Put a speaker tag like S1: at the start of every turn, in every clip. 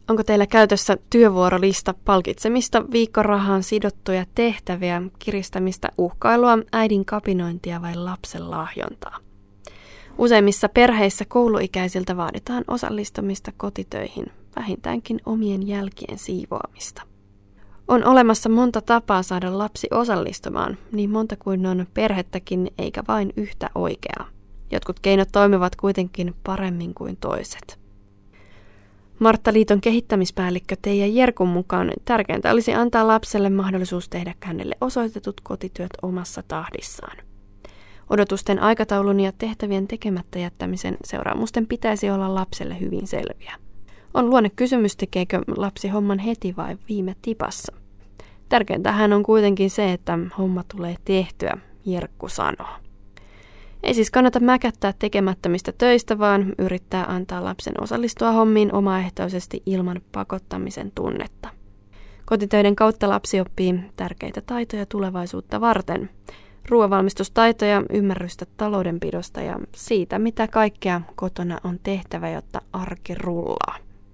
S1: Onko teillä käytössä työvuorolista palkitsemista, viikkorahaan sidottuja tehtäviä, kiristämistä, uhkailua, äidin kapinointia vai lapsen lahjontaa? Useimmissa perheissä kouluikäisiltä vaaditaan osallistumista kotitöihin, vähintäänkin omien jälkien siivoamista. On olemassa monta tapaa saada lapsi osallistumaan, niin monta kuin on perhettäkin, eikä vain yhtä oikeaa. Jotkut keinot toimivat kuitenkin paremmin kuin toiset. Marttaliiton kehittämispäällikkö Teija Jerkun mukaan tärkeintä olisi antaa lapselle mahdollisuus tehdä hänelle osoitetut kotityöt omassa tahdissaan. Odotusten aikataulun ja tehtävien tekemättä jättämisen seuraamusten pitäisi olla lapselle hyvin selviä. On luonnekysymys, tekeekö lapsi homman heti vai viime tipassa. Tärkeintähän on kuitenkin se, että homma tulee tehtyä, Jerkku sanoo. Ei siis kannata mäkättää tekemättömistä töistä, vaan yrittää antaa lapsen osallistua hommiin omaehtoisesti ilman pakottamisen tunnetta. Kotitöiden kautta lapsi oppii tärkeitä taitoja tulevaisuutta varten. Ruoanvalmistustaitoja, ymmärrystä taloudenpidosta ja siitä, mitä kaikkea kotona on tehtävä, jotta arki rullaa.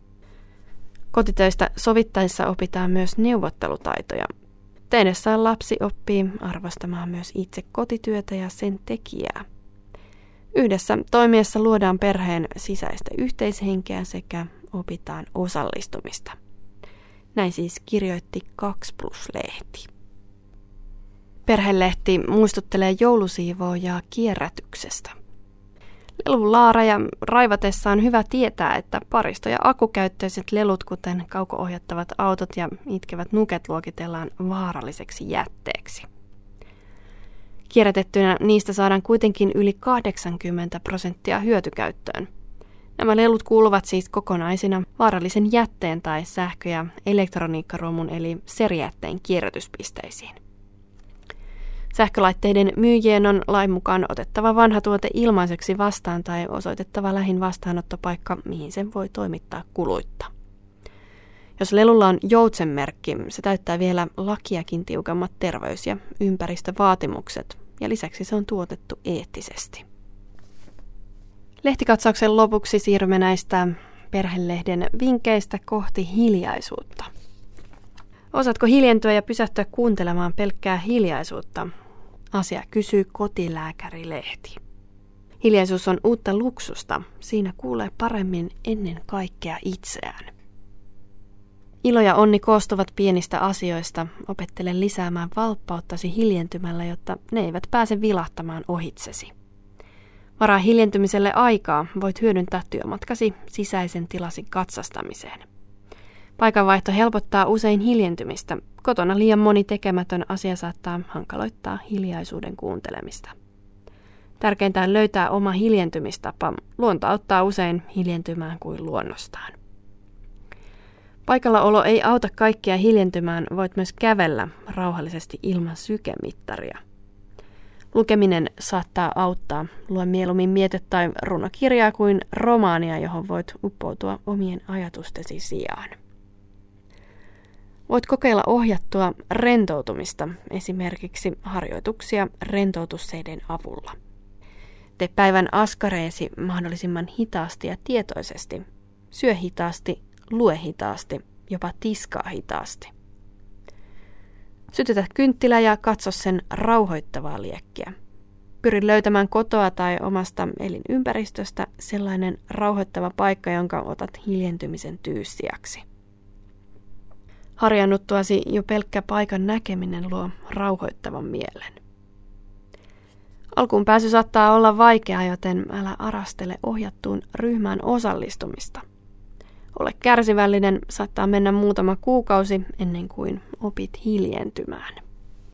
S1: Kotitöistä sovittaessa opitaan myös neuvottelutaitoja. Tehdessään lapsi oppii arvostamaan myös itse kotityötä ja sen tekijää. Yhdessä toimiessa luodaan perheen sisäistä yhteishenkeä sekä opitaan osallistumista. Näin siis kirjoitti 2plus-lehti. Perhelehti muistuttelee joulusiivoojaa kierrätyksestä. Lelulaareja raivatessa on hyvä tietää, että paristo- ja akkukäyttöiset lelut, kuten kauko-ohjattavat autot ja itkevät nuket, luokitellaan vaaralliseksi jätteeksi. Kierrätettynä niistä saadaan kuitenkin yli 80% hyötykäyttöön. Nämä lelut kuuluvat siis kokonaisina vaarallisen jätteen tai sähkö- ja elektroniikkaromun eli serijätteen kierrätyspisteisiin. Sähkölaitteiden myyjien on lain mukaan otettava vanha tuote ilmaiseksi vastaan tai osoitettava lähin vastaanottopaikka, mihin sen voi toimittaa kuluitta. Jos lelulla on joutsenmerkki, se täyttää vielä lakiakin tiukemmat terveys- ja ympäristövaatimukset, ja lisäksi se on tuotettu eettisesti. Lehtikatsauksen lopuksi siirrymme näistä Perhelehden vinkkeistä kohti hiljaisuutta. Osaatko hiljentyä ja pysähtyä kuuntelemaan pelkkää hiljaisuutta? Asia kysyy Kotilääkäri-lehti. Hiljaisuus on uutta luksusta. Siinä kuulee paremmin ennen kaikkea itseään. Ilo ja onni koostuvat pienistä asioista. Opettele lisäämään valppauttasi hiljentymällä, jotta ne eivät pääse vilahtamaan ohitsesi. Varaa hiljentymiselle aikaa. Voit hyödyntää työmatkasi sisäisen tilasi katsastamiseen. Paikanvaihto helpottaa usein hiljentymistä. Kotona liian moni tekemätön asia saattaa hankaloittaa hiljaisuuden kuuntelemista. Tärkeintä on löytää oma hiljentymistapa. Luonto auttaa usein hiljentymään kuin luonnostaan. Paikallaolo ei auta kaikkia hiljentymään, voit myös kävellä rauhallisesti ilman sykemittaria. Lukeminen saattaa auttaa. Lue mieluummin miete- tai runokirjaa kuin romaania, johon voit uppoutua omien ajatustesi sijaan. Voit kokeilla ohjattua rentoutumista, esimerkiksi harjoituksia rentoutusseiden avulla. Tee päivän askareesi mahdollisimman hitaasti ja tietoisesti. Syö hitaasti, lue hitaasti, jopa tiskaa hitaasti. Sytytä kynttilä ja katso sen rauhoittavaa liekkiä. Pyri löytämään kotoa tai omasta elinympäristöstä sellainen rauhoittava paikka, jonka otat hiljentymisen tyyssijaksi. Harjannuttuasi jo pelkkä paikan näkeminen luo rauhoittavan mielen. Alkuun pääsy saattaa olla vaikeaa, joten älä arastele ohjattuun ryhmään osallistumista. Ole kärsivällinen, saattaa mennä muutama kuukausi ennen kuin opit hiljentymään.